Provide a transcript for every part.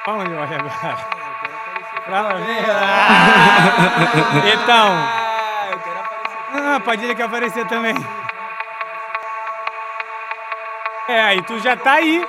Onde olha agora? Fala mesmo. Então. Eu quero aparecer. Padilha quer aparecer também. Aí tu já tá aí.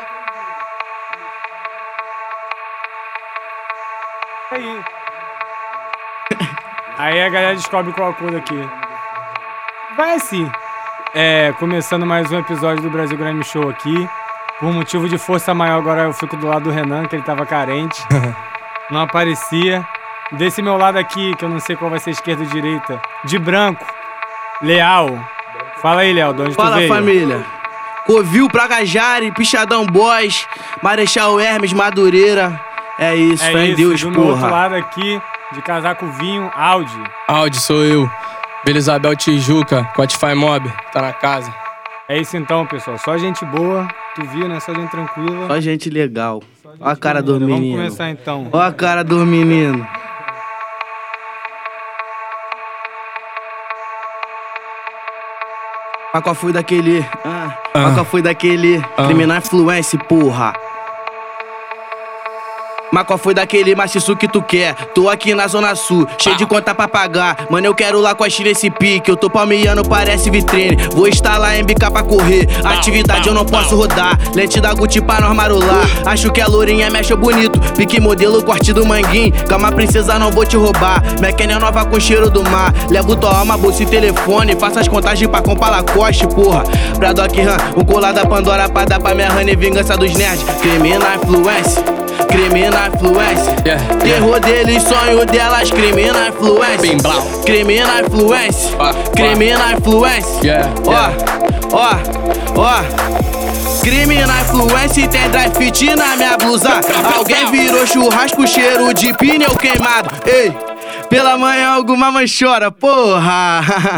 Aí a galera descobre qual a cor daqui. Vai assim. Começando mais um episódio do Brasil Grime Show aqui. Por motivo de força maior, agora eu fico do lado do Renan, que ele tava carente. Não aparecia. Desse meu lado aqui, que eu não sei qual vai ser esquerda ou direita. De branco. Leal. Fala aí, Léo, de onde tu veio? Fala, família. Covil, Pragajari, Pichadão Boys, Marechal Hermes, Madureira. É isso, fé em Deus, do porra. meu outro lado aqui, de casaco vinho, Audi. Audi, sou eu. Vila Isabel Tijuca, Cotify Mob, tá na casa. É isso então, pessoal. Só gente boa, tu viu, né? Só gente tranquila. Só gente legal. Ó a cara do menino. Vamos começar então. Ó a cara do menino. Mas qual foi daquele? Mas qual foi daquele? Criminal influence, porra. Mas qual foi daquele maciço que tu quer? Tô aqui na Zona Sul, cheio de conta pra pagar. Mano, eu quero lá com a China esse pique. Eu tô palmeando, parece vitrine. Vou estar lá em BK pra correr. Atividade eu não posso rodar. Lente da Gucci pra nós marolar. Acho que a lourinha mexe bonito. Pique modelo, corte do manguinho. Calma, princesa, não vou te roubar. Mecânia nova com cheiro do mar. Levo tua alma, bolsa e telefone. Faça as contagens pra comprar Lacoste, porra. Pra Doc Ram, um colar da Pandora pra dar pra minha honey. Vingança dos nerds. Criminal influence. Criminal influência, terror deles, sonho delas, criminal influência, criminal influência, criminal influência, ó, criminal influência e tem dry fit na minha blusa. Alguém virou churrasco, cheiro de pneu queimado. Ei, pela manhã alguma mãe chora, porra.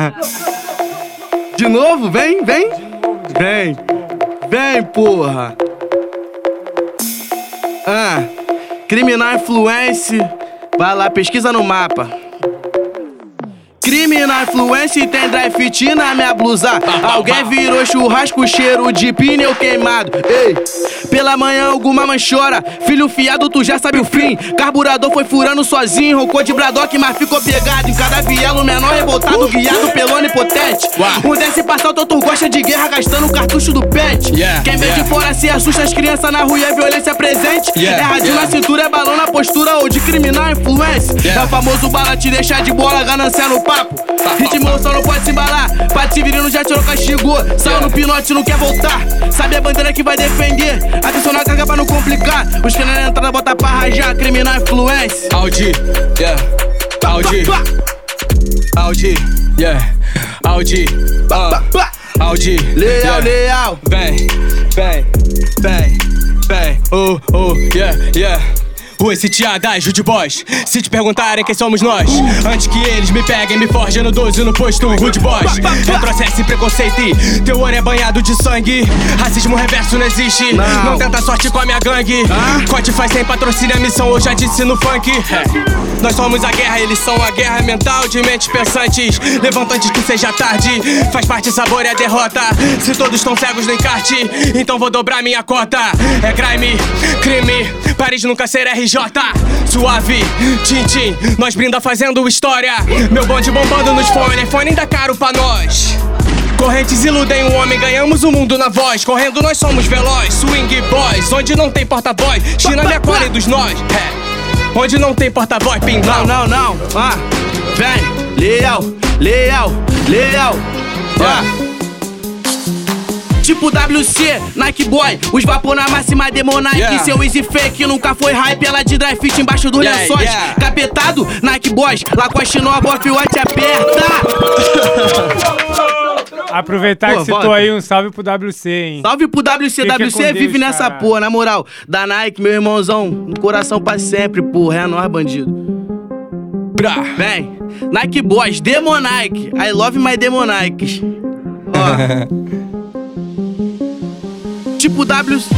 De novo, vem, porra. Criminal influence, vai lá, pesquisa no mapa. Criminal influence e tem dry fit na minha blusa. Alguém virou churrasco, cheiro de pneu queimado. Ei, pela manhã alguma mãe chora. Filho fiado, tu já sabe o fim. Carburador foi furando sozinho. Roncou de Bradock, mas ficou pegado. Em cada vielo menor revoltado, guiado pelo onipotente. Um desce pra salto, outro gosta de guerra, gastando o cartucho do pet. Quem vê de fora se assusta, as crianças na rua é violência presente. É radinho na cintura, é balão na postura ou de criminal influência. É o famoso bala te deixar de bola, ganância no papo. Ritmo só não pode se embalar. Pativirino já tirou, castigou. Saiu no pinote, não quer voltar. Sabe a bandeira que vai defender. Atenção na carga pra não complicar. Os que na entrada bota pra rajar. Criminal influência. Audi, Audi, Audi, Audi, Audi, leal. Vem, esse TH, Jude Boys. Se te perguntarem quem somos nós, antes que eles me peguem, me forjem no 12 no posto Rude Boys. Retrocesso e preconceito, teu olho é banhado de sangue. Racismo reverso não existe, não tenta sorte com a minha gangue. Corte faz sem patrocínio, a missão eu já disse no funk. Nós somos a guerra, eles são a guerra mental de mentes pensantes. Levanta antes que seja tarde, faz parte, sabor e a derrota. Se todos estão cegos no encarte, então vou dobrar minha cota. É grime, crime, Paris nunca ser RJ. Suave, Tintin, nós brinda fazendo história. Meu bonde bombando nos fone, fone ainda caro pra nós. Correntes iludem o homem, ganhamos o mundo na voz. Correndo nós somos veloz, swing boys. Onde não tem porta-voz, China me acolhe dos nós. Onde não tem porta-voz, pingal. Não, vem, leal. Tipo WC, Nike Boy, os vapor na máxima Demonike. Seu easy fake nunca foi hype, ela de dry fit embaixo dos lençóis. Capetado, Nike Boys, Lacoste nova, off-white aperta. Aproveitar que citou aí, um salve pro WC, hein? Salve pro WC, Fica WC com vive Deus, nessa cara. porra, na moral. Da Nike, meu irmãozão, no coração pra sempre, porra, é nóis, bandido. Vem, Nike Boys, Demonike, I love my Demonikes. Ó. Tipo WC.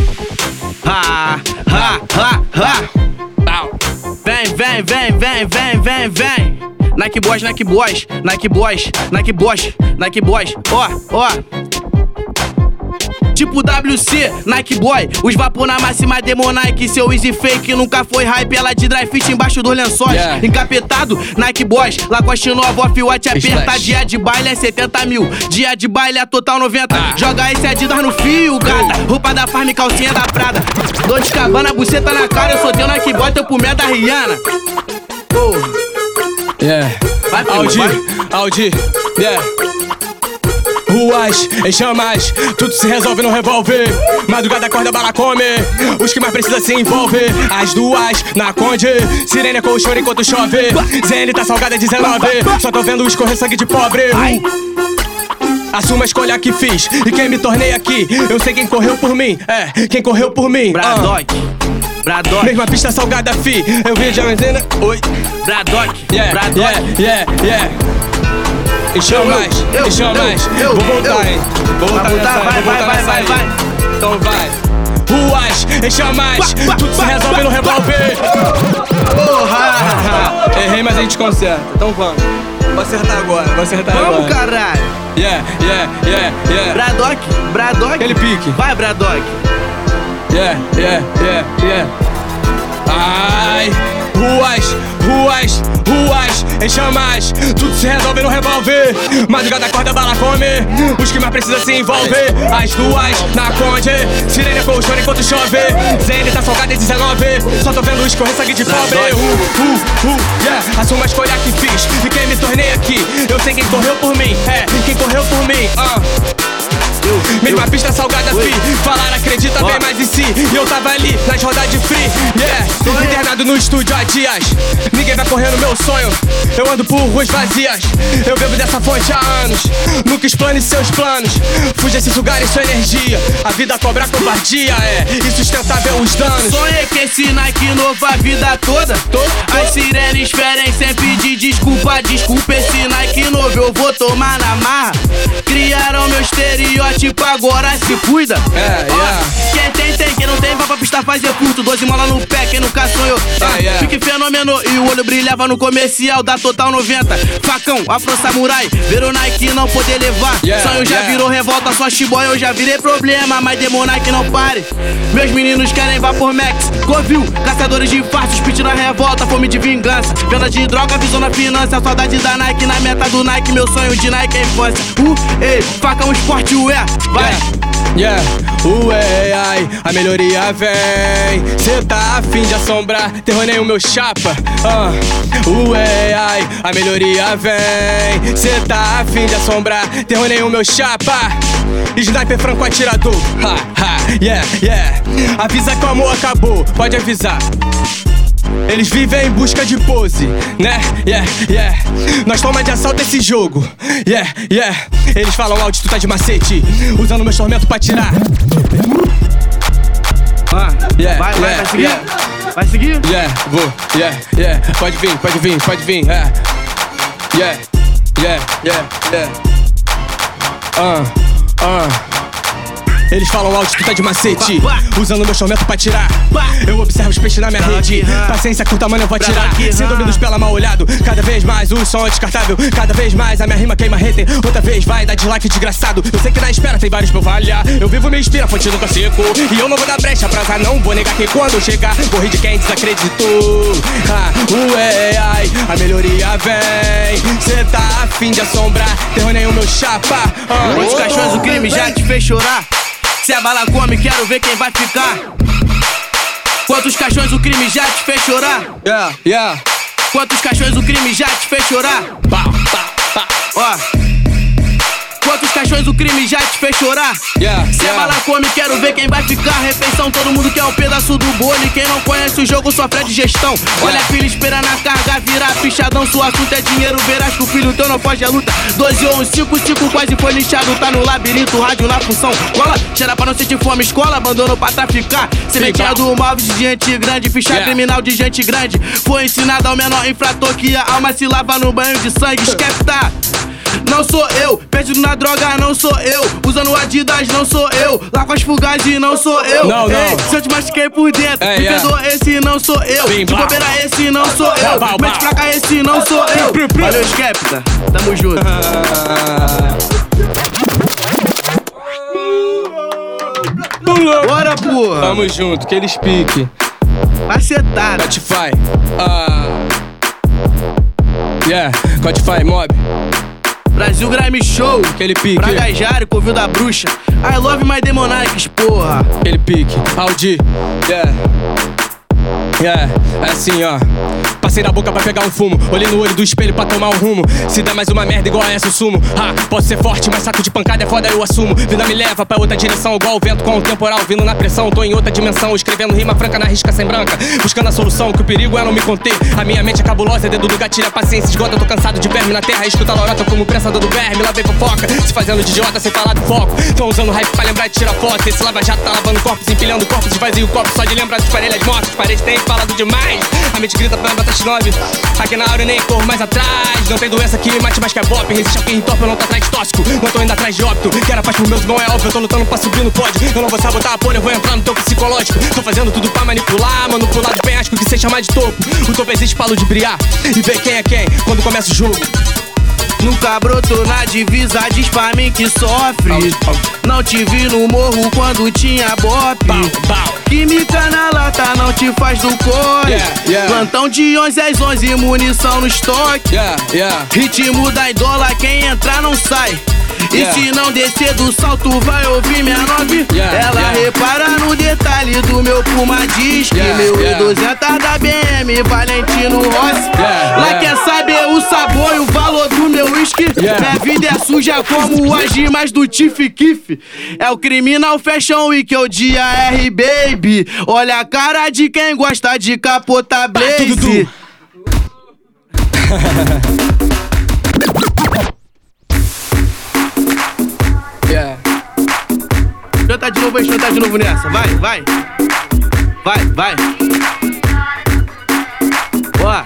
Vem. Nike Boys. Ó. tipo WC, Nike Boy. Os vapor na máxima Demo Nike. Seu easy fake nunca foi hype. Ela de dry fit embaixo dos lençóis. Encapetado, Nike Boys. Lacoste nova, off-white aperta. Dia de baile é 70 mil. Dia de baile é total 90. Joga esse Adidas no fio, gata. Roupa da Farm, calcinha da Prada. Dolce Gabbana, buceta na cara. Eu sou teu Nike Boy, teu pumé da Rihanna. Vai, Audi, ruas em chamas, tudo se resolve no revólver. Madrugada acorda, bala come. Os que mais precisam se envolver. As duas na Conde, sirene com o choro enquanto chove. ZN tá salgada 19, só tô vendo escorrer sangue de pobre. Assuma a escolha que fiz e quem me tornei aqui. Eu sei quem correu por mim, quem correu por mim. Bradock. Mesma pista salgada, fi. Eu vi de Argentina. Oi. Bradock. Encheu mais. Vou voltar, hein. Vou voltar nessa. Vai. Então vai. Ruas em chamas, tudo se resolve no revólver. Errei, mas a gente conserta. Então vamos. Vou acertar agora. Vamos, caralho. Bradock. Aquele pique. Vai, Bradock. Ai, ruas em chamas, tudo se resolve no revólver. Madrugada acorda, bala come. Os que mais precisam se envolver. As duas na Conde, sirene com o choro enquanto chove. ZN tá salgada em 19, só tô vendo escorrer sangue de pobre. Assuma a escolha que fiz e quem me tornei aqui. Eu sei quem correu por mim, quem correu por mim. Mesma pista salgada, fi. Falar acredita bem mais em si. E eu tava ali nas rodas de free. Internado no estúdio há dias. Ninguém vai correr no meu sonho. Eu ando por ruas vazias. Eu bebo dessa fonte há anos. Nunca explane seus planos. Fuja se sugarem sua energia. A vida cobra covardia, insustentável os danos. Sonhei que esse Nike novo a vida toda. As sirenes ferem sem pedir desculpa. Desculpa esse Nike novo, eu vou tomar na marra. Criaram meu estereótipo, agora se cuida. Quem tem, quem não tem, vai pra pista fazer curto. 12 mola no pé, quem nunca sonhou. Fique fenômeno e o olho brilhava no comercial da Total 90. Facão, Afro Samurai, ver o Nike não poder levar. Sonho já virou revolta, só chiboy, eu já virei problema. Mas Demo Nike não pare. Meus meninos querem Vapor Max, Covil, caçadores de infartos, pitch na revolta, fome de vingança. Venda de droga, visão na finança, saudade da Nike na meta do Nike. Meu sonho de Nike é infância. Facão esporte, vai. Ai, a melhoria vem. Cê tá afim de assombrar, terronei o meu chapa. Ai, a melhoria vem. Cê tá afim de assombrar, terronei o meu chapa. Sniper franco atirador. Avisa que o amor acabou, pode avisar. Eles vivem em busca de pose, né? Nós toma de assalto esse jogo. Eles falam alto, tu tá de macete, usando meus tormentos pra tirar. Vai seguir? Vai seguir? Vou. Pode vir. Eles falam alto, tu tá de macete, usando meu tormento pra tirar. Eu observo os peixes na minha rede. Paciência curta, mano, eu vou atirar. Sem dúvidas pela mal olhado. Cada vez mais o som é descartável. Cada vez mais a minha rima queima hater. Outra vez vai dar dislike desgraçado. Eu sei que na espera tem vários pra eu valhar. Eu vivo me inspira, fonte nunca seco. E eu não vou dar brecha pra azar, não vou negar que quando eu chegar corri de quem desacreditou. Ai, a melhoria vem. Cê tá afim de assombrar, terronei o meu chapa. Os cachorros do crime já te fez chorar. Se a bala come, quero ver quem vai ficar. Quantos caixões o crime já te fez chorar? Quantos caixões o crime já te fez chorar? Quantos caixões o crime já te fez chorar? Se a bala come, quero ver quem vai ficar. Refeição, todo mundo quer um pedaço do bolo. E quem não conhece o jogo sofre de gestão. Olha a filha, espera na carga, virar pichadão. Seu assunto é dinheiro, verás que o filho teu não foge à luta. 12 ou 5 quase foi lixado. Tá no labirinto, rádio na função. Cola, cheira pra não sentir fome, escola, abandonou pra traficar. Sementinha do mal de gente grande, ficha criminal de gente grande. Foi ensinado ao menor infrator que a alma se lava no banho de sangue. Esquece, não sou eu, perdido na droga não sou eu, usando Adidas não sou eu, lá com as fugazes não sou eu. Não. Se eu te machuquei por dentro, me perdoa, esse não sou eu. De bobeira, esse não sou eu. Mente pra cá, esse não sou eu. Valeu, Skepta, tamo junto. louco. Bora, porra. Tamo junto, que eles piquem. Acertado. Spotify. Yeah, Spotify, Mob. Brasil Grime Show. Aquele pique. Pra Gajari, Covil da Bruxa. I love my Demonarchs, porra. Aquele pique. Audi. Yeah, é assim, ó. Passei na boca pra pegar um fumo. Olhei no olho do espelho pra tomar um rumo. Se der mais uma merda igual a essa, eu sumo. Posso ser forte, mas saco de pancada é foda, eu assumo. Vida me leva pra outra direção, igual o vento com o temporal vindo na pressão. Tô em outra dimensão, escrevendo rima franca na risca sem branca. Buscando a solução, que o perigo é não me conter. A minha mente é cabulosa, dedo do gatilho, a paciência esgota. Eu tô cansado de verme na terra, escuta a lorota como prensador do verme. Lá vem fofoca, se fazendo de idiota sem falar do foco. Tão usando hype pra lembrar de tirar foto. Esse lava-jato tá lavando corpos, empilhando corpos, esvazia o copo só de lembrar de parelhas mortas. As paredes têm falado demais. A mente grita pra bater 9. Aqui na hora eu nem corro mais atrás. Não tem doença que me mate mais que a bop. Resiste a quem entope, eu não tô atrás de tóxico. Não tô indo atrás de óbito. Quero a paz pro meus irmãos, é óbvio. Eu tô lutando pra subir no pódio. Eu não vou sabotar a polha, eu vou entrar no teu psicológico. Tô fazendo tudo pra manipular, mano, pular do penhasco que cê chama de topo. O topo existe pra ludibriar e ver quem é quem quando começa o jogo. Nunca brotou na divisa, diz pra mim que sofre. Não te vi no morro quando tinha bop. Química na lata não te faz do corre. Plantão de 11 às 11, munição no estoque. Ritmo da idola, quem entrar não sai. E se não descer do salto, vai ouvir minha 9. Ela repara no detalhe do meu Puma Disc. Meu E200 da BM, Valentino Rossi. Lá quer saber o sabor e o valor do meu whisky. Minha vida é suja como o agir mais do Tiff Kiff. É o Criminal Fashion Week, é o dia R, baby. Olha a cara de quem gosta de capotar blaze. Canta de novo, vamos cantar de novo nessa. Vai. Ó.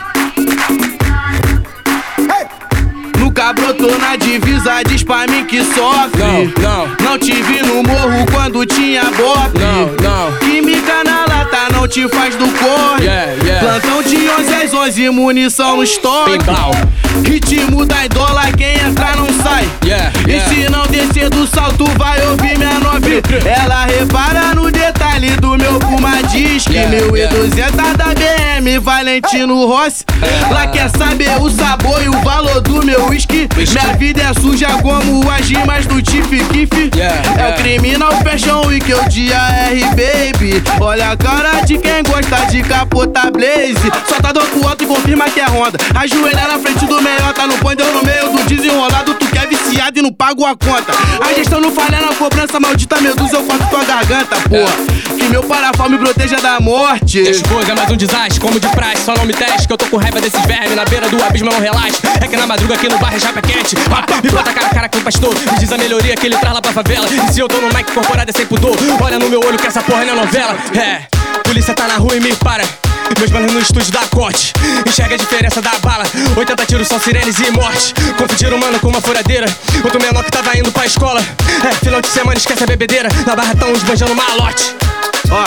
Nunca brotou na divisa, diz pra mim que sofre. Não te vi no morro quando tinha bop. Química na lata não te faz do corre. Plantão de 11 às 11, munição no estoque. Ritmo da idola, quem entrar não sai. E se não descer do salto, vai ouvir minha 9. Ela repara no detalhe do meu Puma Disc. Meu E200 da BM, Valentino Rossi. Lá quer saber o sabor e o valor do meu whisky. Minha vida é suja como o agir mais do Tiff Kiff. É o Criminal Fashion Week, é o dia R, baby. Olha a cara de quem gosta de capotar blaze. Só tá dando pro alto e confirma que é Honda. Ajoelhar na frente do melhor, tá no põe, deu no meio do desenrolado. Tu quer viciado e não pago a conta. A gestão não falha na cobrança, maldita medusa, eu corto tua garganta, porra. Que meu parafal me proteja da morte. Esposa é mais um desastre, como de praxe, só não me teste. Que eu tô com raiva desses vermes, na beira do abismo eu não relaxo. É que na madruga aqui no bairro é chapa quente. Me bota cara a cara com o pastor, me diz a melhoria que ele traz lá pra favela. E se eu tô no mic corporado é sem pudor, olha no meu olho que essa porra não é novela. Polícia tá na rua e me para. Meus manos no estúdio dá corte. Enxerga a diferença da bala. 80 tiros são sirenes e morte. Confundiram mano com uma furadeira. Outro menor que tava indo pra escola. Final de semana esquece a bebedeira. Na barra tão esbanjando malote. Ó.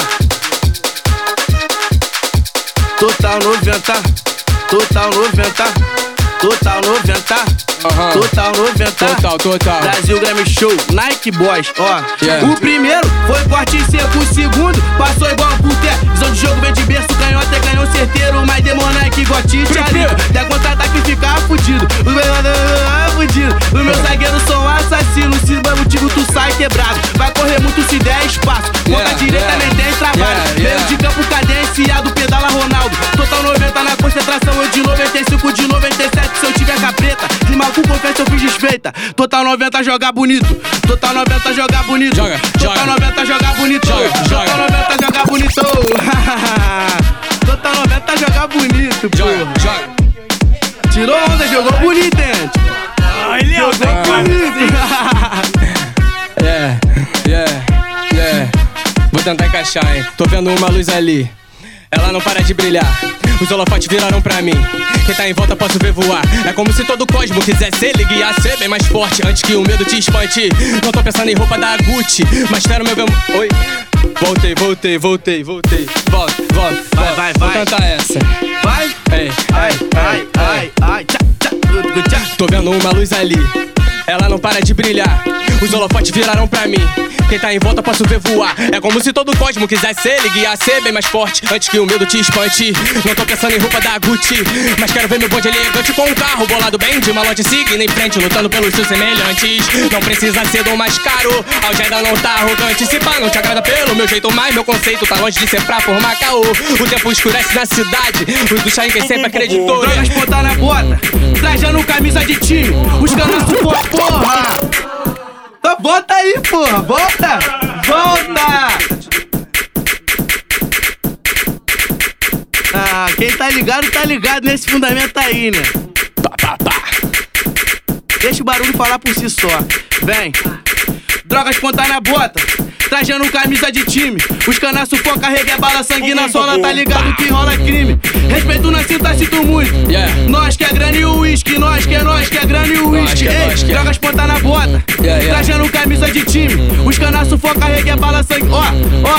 Total 90. Total 90. Total 90. Total 90. Total. Brasil Grime Show, Nike Boys, ó. O primeiro foi corte seco, o segundo passou igual um puté. Visão de jogo vem de berço, canhota é canhão certeiro. Mas Demonarque, gotite, ali. Der contra-ataque e ficar fudido. Os meus zagueiros são assassinos. Se vai motivo, tu sai quebrado. Vai correr muito se der espaço. Ponta direita nem tem trabalho. Meio de campo cadenciado, pedala Ronaldo. Total 90 na concentração, eu de 95, de 97. Se eu tiver capreta, rima com confiança eu fiz desfeita. Total 90 joga bonito. Total 90 joga bonito. Total 90 joga bonito. Total 90 joga bonito. Total 90 joga bonito, pô. Tirou onda, jogou bonito, gente. Jogou bonito. Vou tentar encaixar, hein. Tô vendo uma luz ali. Ela não para de brilhar. Os holofotes viraram pra mim. Quem tá em volta posso ver voar. É como se todo o cosmo quisesse ele guiar, ser bem mais forte antes que o medo te espante. Não tô pensando em roupa da Gucci, mas quero meu bem. Oi. Voltei. Volta. Vai. Vou cantar essa. Vai. Ei. Tô vendo uma luz ali. ela não para de brilhar. Os holofotes viraram pra mim, quem tá em volta posso ver voar. É como se todo o cosmo quisesse ele guiar, ser bem mais forte, antes que o medo te espante. Não tô pensando em roupa da Gucci, mas quero ver meu bonde elegante com um carro bolado bem de malote, seguindo em frente, lutando pelos seus semelhantes. Não precisa ser do mais caro, a agenda não tá arrogante. Se pá, não te agrada pelo meu jeito, mas meu conceito tá longe de ser pra formar caô. O tempo escurece na cidade, os do Chain quem sempre acreditou. Drogas botar na bota, trajando camisa de time, os canaços porra. Então volta aí, porra, volta! Volta! Ah, quem tá ligado nesse fundamento aí, né? Deixa o barulho falar por si só. Vem. Drogas ponta na bota, trajando camisa de time. Os cana sufoca, regué bala, sangue na sola, tá ligado que rola crime. Respeito na cinta, sinto muito. Nós que é grana e o uísque, nós que é grana e o uísque. Drogas ponta na bota, trajando camisa de time. Os cana sufoca, regué bala, sangue. Ó.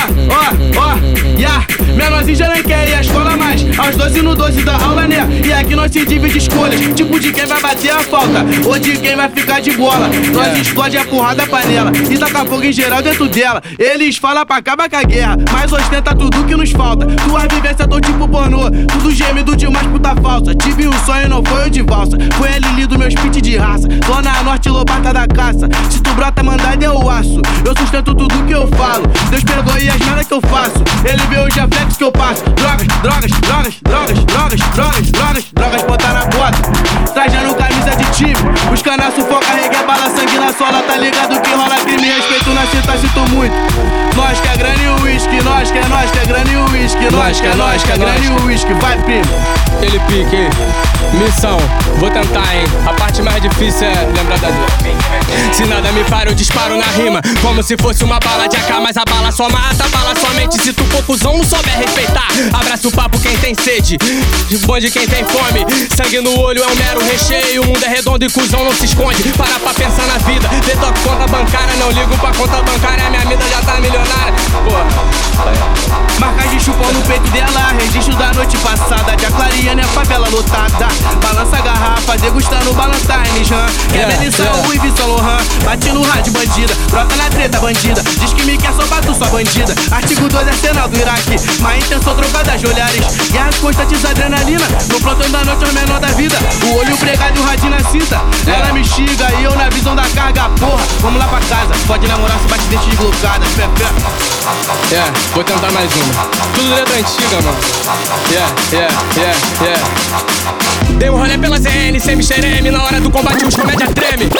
Menorzinho já nem quer ir à escola mais. Aos 12 no 12 da aula, né? E aqui nós se divide escolhas, tipo de quem vai bater a falta ou de quem vai ficar de bola. Nós explode a porrada panela e taca fogo em geral dentro dela. Eles falam pra acabar com a guerra, mas ostenta tudo que nos falta. Tua vivência tô tipo pornô, tudo gemido demais, puta falsa. Tive um sonho, não foi o de valsa, foi ele lido meu speed de raça. Zona Norte, lobata da caça, se tu brota, mandar é o aço. Eu sustento tudo que eu falo, Deus perdoe as merdas que eu faço. Ele vê os reflexos que eu passo. Drogas, botar na bota, trajando camisa de time. Os cana sufoca, regué bala, sangue na sola, tá ligado que rola crime. Respeito na cinta, sinto muito. Nós que é grana e o uísque, nós que é grana e o uísque, nós que é grana e o uísque. Vai, primo. Ele pique, missão, vou tentar, hein. A parte mais difícil é lembrar da dor. Se nada me para, eu disparo na rima, como se fosse uma bala de AK, mas a bala só mata, a bala somente se tu for cuzão, não souber respeitar. Abraça o papo quem tem sede, bonde quem tem fome. Sangue no olho é um mero recheio, o mundo é redondo e cuzão não se esconde. Para pra pensar na vida, detoque conta bancária, não ligo pra conta bancária, minha vida já tá milionária. Porra. Marcas de chupão no peito dela, registro da noite passada. De Clariane, a favela lotada. Balança a garrafa, degustando Ballantine, Jean. Quer Melissa ou Yves Saint Laurent. Bate no rádio, bandida, brota na treta, bandida. Diz que me quer, só bato, sua bandida. Artigo 2, arsenal do Iraque. Má intenção, trocada de olhares. Guerras constantes, adrenalina. No plantão da noite, é o menor da vida. O olho pregado e o radinho na cinta. Ela me xinga e eu na visão da carga, porra. Vamos lá pra casa, pode namorar, se bate dente de glocada. Vou tentar mais uma. Tudo letra antiga, mano. Dei um rolê pela ZN, sem Mr. M. Na hora do combate os comédia treme.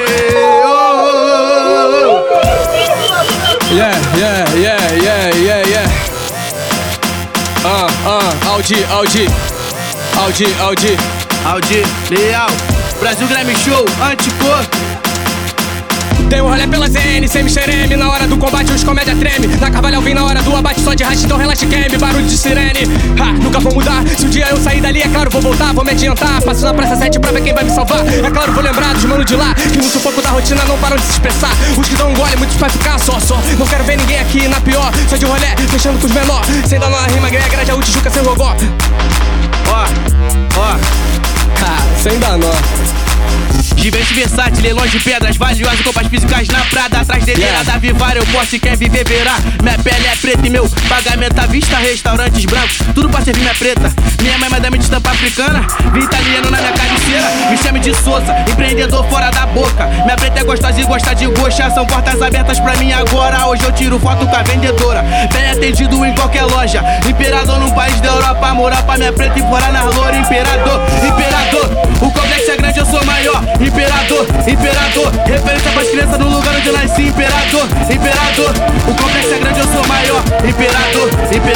Audi, Leal, Brasil Grime Show, Anticor. Dei um rolê pela ZN, sem Mr. M. Na hora do combate os comédia treme. Na Carvalho vim na hora do abate só de racha, então relaxa game, barulho de sirene. Nunca vou mudar, se um dia eu sair dali é claro vou voltar, vou me adiantar. Passo na praça 7 pra ver quem vai me salvar. É claro vou lembrar dos manos de lá, que no sufoco da rotina não param de se expressar. Os que dão um gole, muitos pra ficar só. Não quero ver ninguém aqui na pior, só de rolê, fechando com os menor. Sem dar uma rima grega, grade a Tijuca sem rogó. Sem dar nó. Gigante versátil, leilões de pedras valiosas, roupas físicas na prada. Atrás dele era da Vivar, eu posso e quer viver verá. Minha pele é preta e meu pagamento à vista. Restaurantes brancos, tudo pra servir minha preta. Minha mãe madame de estampa africana, vi italiano na minha cabeceira. Me chame de Souza, empreendedor fora da boca. Minha preta é gostosa e gosta de goxa. São portas abertas pra mim agora. Hoje eu tiro foto com a vendedora. Bem atendido em qualquer loja. Imperador num país da Europa. Morar pra minha preta e fora na loura. Imperador, o complexo é grande, eu sou maior. Imperador, referência pras crianças no lugar onde eu nasci. Imperador, o complexo é grande, eu sou maior. Imperador.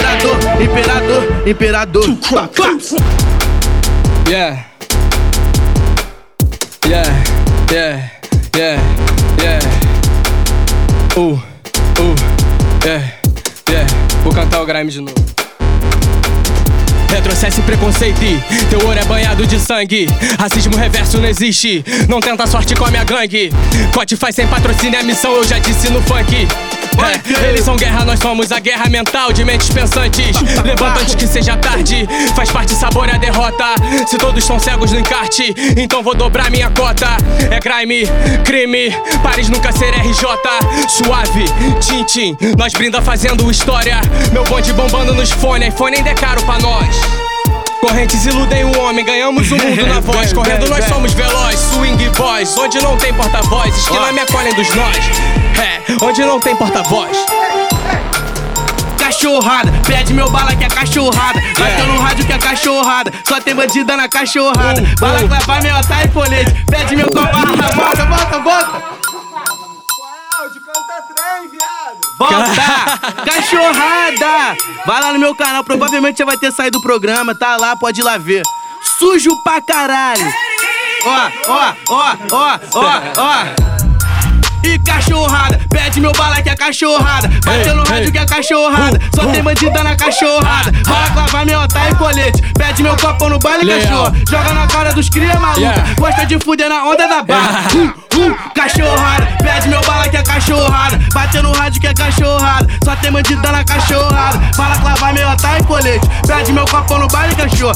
Vou cantar o grime de novo. Retrocesso e preconceito, teu ouro é banhado de sangue. Racismo reverso não existe, não tenta sorte com a minha gangue. Cote faz sem patrocínio, é a missão, eu já disse no funk. Eles são guerra, nós somos a guerra mental de mentes pensantes. Levanta antes que seja tarde, faz parte, sabor a derrota. Se todos estão cegos no encarte, então vou dobrar minha cota. É grime, crime, pares nunca ser RJ. Suave, tintim, nós brinda fazendo história. Meu bonde bombando nos fones, iPhone ainda é caro pra nós. Correntes iludem o homem, ganhamos o mundo na voz. Correndo nós somos veloz, swing boys. Onde não tem porta-voz, esquina me acolhem dos nós. Onde não tem porta-voz. Cachorrada, pede meu bala que é cachorrada. Bateu no rádio que é cachorrada. Só tem bandida na cachorrada. Bala clavar, meu otário e polete. Pede meu copo, volta. Volta! Cachorrada! Vai lá no meu canal, provavelmente já vai ter saído do programa. Tá lá, pode ir lá ver. Sujo pra caralho! Ó. E cachorrada, pede meu bala que é cachorrada. Bateu no rádio que é cachorrada. Só tem bandida na cachorrada. Bala clavar, meu otário e colete. Pede meu copo no baile, cachorro. Joga na cara dos cria maluca. Gosta de fuder na onda da barra. Cachorrada, pede meu bala que é cachorrada. Bateu no rádio que é cachorrada. Só tem bandida na cachorrada. Bala clavar, meu otário e colete. Pede meu copo no baile, cachorro.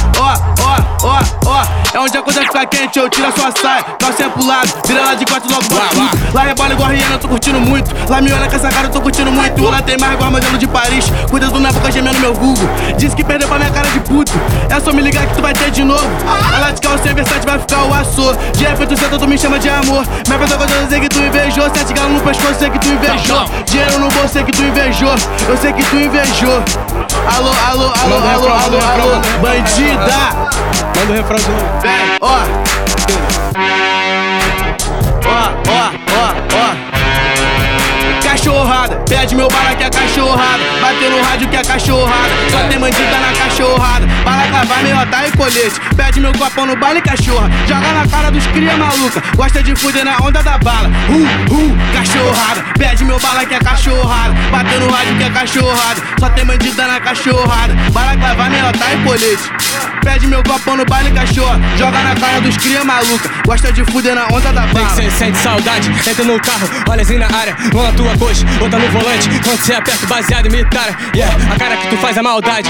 Ó. É onde a coisa fica quente, eu tiro a sua saia. Calcinha pro lado, vira lá de quatro logo. Lá é bola igual Rihanna, eu tô curtindo muito. Lá me olha com essa cara, eu tô curtindo muito. Lá tem mais igual modelo de Paris. Cuida do na boca gemendo meu vulgo. Disse que perdeu pra minha cara de puto. É só me ligar que tu vai ter de novo. Ela de calcinha versátil vai ficar o açô. De repente tu me chama de amor. Minha pessoa gosta de dizer que tu invejou. 7 galos no pescoço, sei que tu invejou. Dinheiro no bolso, sei que tu invejou. Eu sei que tu invejou. Alô, bandida. Manda o refrão de novo. Vem, ó. Cachorrada, pede meu bala que é cachorrada. Bateu no rádio que é cachorrada. Só tem bandida na cachorrada. Bala clavar, meu otário e colete. Pede meu copão no baile, cachorra. Joga na cara dos cria maluca. Gosta de fuder na onda da bala. Cachorrada, pede meu bala que é cachorrada. Bateu no rádio que é cachorrada. Só tem bandida na cachorrada. Bala clavar, meu otário e colete. Pede meu copão no baile, cachorra. Joga na cara dos cria maluca. Gosta de fuder na onda da bala. Cê sente saudade, entra no carro, olha assim na área. Mão na tua coxa, outra no volante. Quando cê aperta o baseado e me tara. A cara que tu faz é maldade.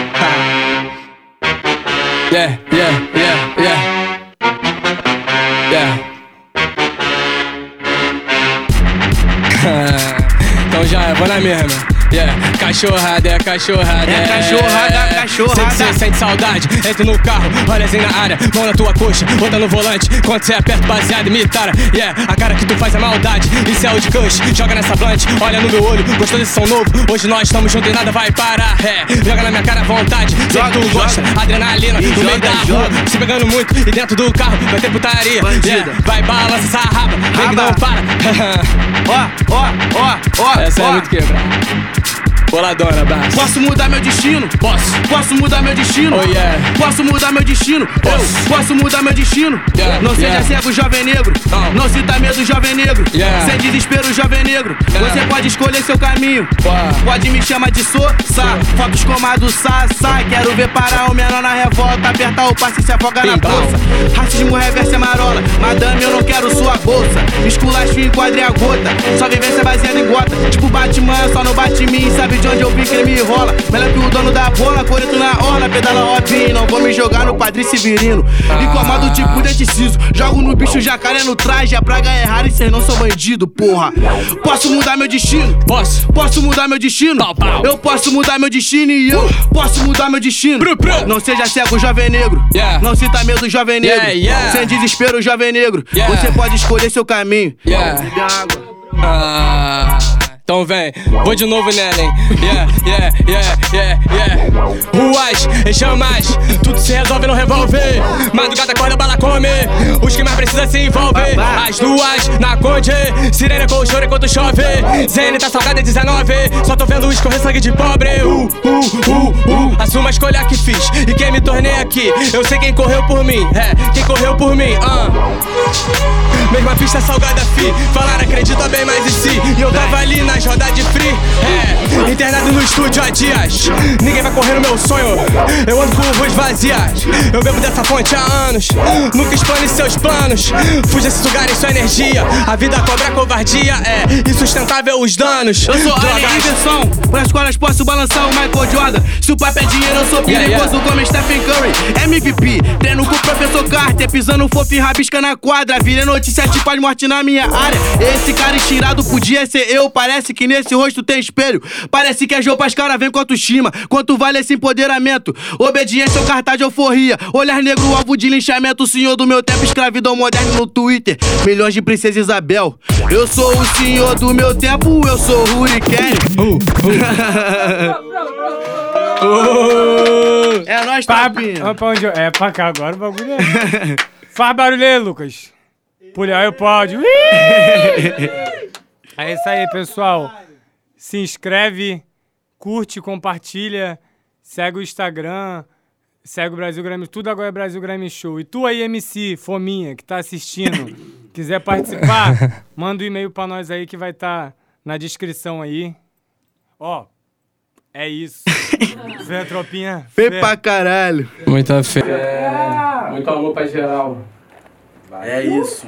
Então já, vou na mesma. Cachorrada, é cachorrada. É cachorrada. Cê sente saudade, entra no carro, olha assim na área. Mão na tua coxa, outra no volante. Quando cê aperta o baseado e me tara. A cara que tu faz é maldade. Isso é o de cush, joga nessa blunt. Olha no meu olho, gostou desse som novo. Hoje nós estamos juntos e nada vai parar. Joga na minha cara à vontade. Sei que tu gosta, adrenalina no meio da rua. Se pegando muito e dentro do carro vai ter putaria. Vai balança essa raba, vem que não para. Essa é muito quebrada. Boladona, Bass. Posso mudar meu destino? Posso mudar meu destino? Oh yeah. Posso mudar meu destino? Posso mudar meu destino? Não seja cego, jovem negro. Não sinta medo, jovem negro. Sem desespero, jovem negro. Você pode escolher seu caminho. Pode me chamar de Sossa. Fotos como a do Sassá. Quero ver parar o menor na revolta. Apertar o passe e se afoga na bolsa. Racismo reverso é marola. Madame, eu não quero sua bolsa. Esculacho e enquadre a gota. Só vivência baseada em gota. Tipo Batman, só não bate em mim. Sabe de onde eu vim que ele me enrola. Melhor que o dono da bola, coreto na orla. Pedala Robinho, não vou me jogar no Padre Severino. Incomodo tipo denticiso. Jogo no bicho, jacaré no traje. A praga é rara e cês não são bandido, porra. Posso mudar meu destino? Posso mudar meu destino? Eu posso mudar meu destino e eu posso mudar meu destino. Não seja cego, jovem negro. Não sinta medo, jovem negro. Sem desespero, jovem negro. Você pode escolher seu caminho. Bebe água. Então vem, vou de novo nela, hein? Ruas, chamas, tudo se resolve no revólver. Madrugada, acorda, bala come. Os que mais precisam se envolver. As duas na Conde, sirene com o choro enquanto chove. Zene tá salgada 19, só tô vendo escorrer sangue de pobre. Assuma a escolha que fiz e quem me tornei aqui. Eu sei quem correu por mim, quem correu por mim. Mesma pista salgada, fi. Falar acredita bem mais em si. E eu tava ali nas rodas de free. internado no estúdio há dias. Ninguém vai correr no meu sonho. Eu ando com ruas vazias. Eu bebo dessa fonte há anos. Nunca explane seus planos. Fuja desses lugares, sua energia. A vida cobra covardia. É insustentável os danos. Eu sou alien inversão, pras quais posso balançar o Michael Jordan. Se o papo é dinheiro, eu sou perigoso como Stephen Curry. MVP, treino com o professor Carter. Pisando fofo e rabisca na quadra. Virei notícia tipo as mortes na minha área. Esse cara estirado podia ser eu. Parece que nesse rosto tem espelho. Parece que as roupas caras vêm com autoestima. Quanto vale esse empoderamento? Obediência ou cartaz de euforia? Olhar negro, alvo de linchamento. O senhor do meu tempo, escravidão moderna no Twitter. Milhões de princesa Isabel. Eu sou o senhor do meu tempo, eu sou o Hurricane. É nóis, papinha. Pra onde eu... É pra cá agora o bagulho é... Faz barulho aí, Lucas. Pulha aí o pódio. É isso aí, pessoal. Se inscreve, curte, compartilha, segue o Instagram, segue o Brasil Grammy. Tudo agora é Brasil Grammy Show. E tu aí, MC, fominha, que tá assistindo, quiser participar, manda um e-mail pra nós aí que vai estar na descrição aí. Ó, é isso. Fé, tropinha. Fé pra caralho. Muita fé. Muito amor pra geral. É isso.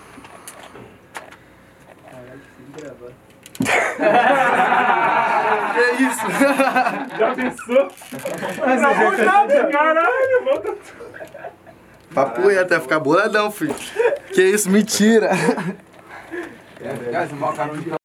Que isso? Já pensou? Mas não nada, caralho, volta tudo. Papo ia até ficar boladão, filho. Que isso, mentira.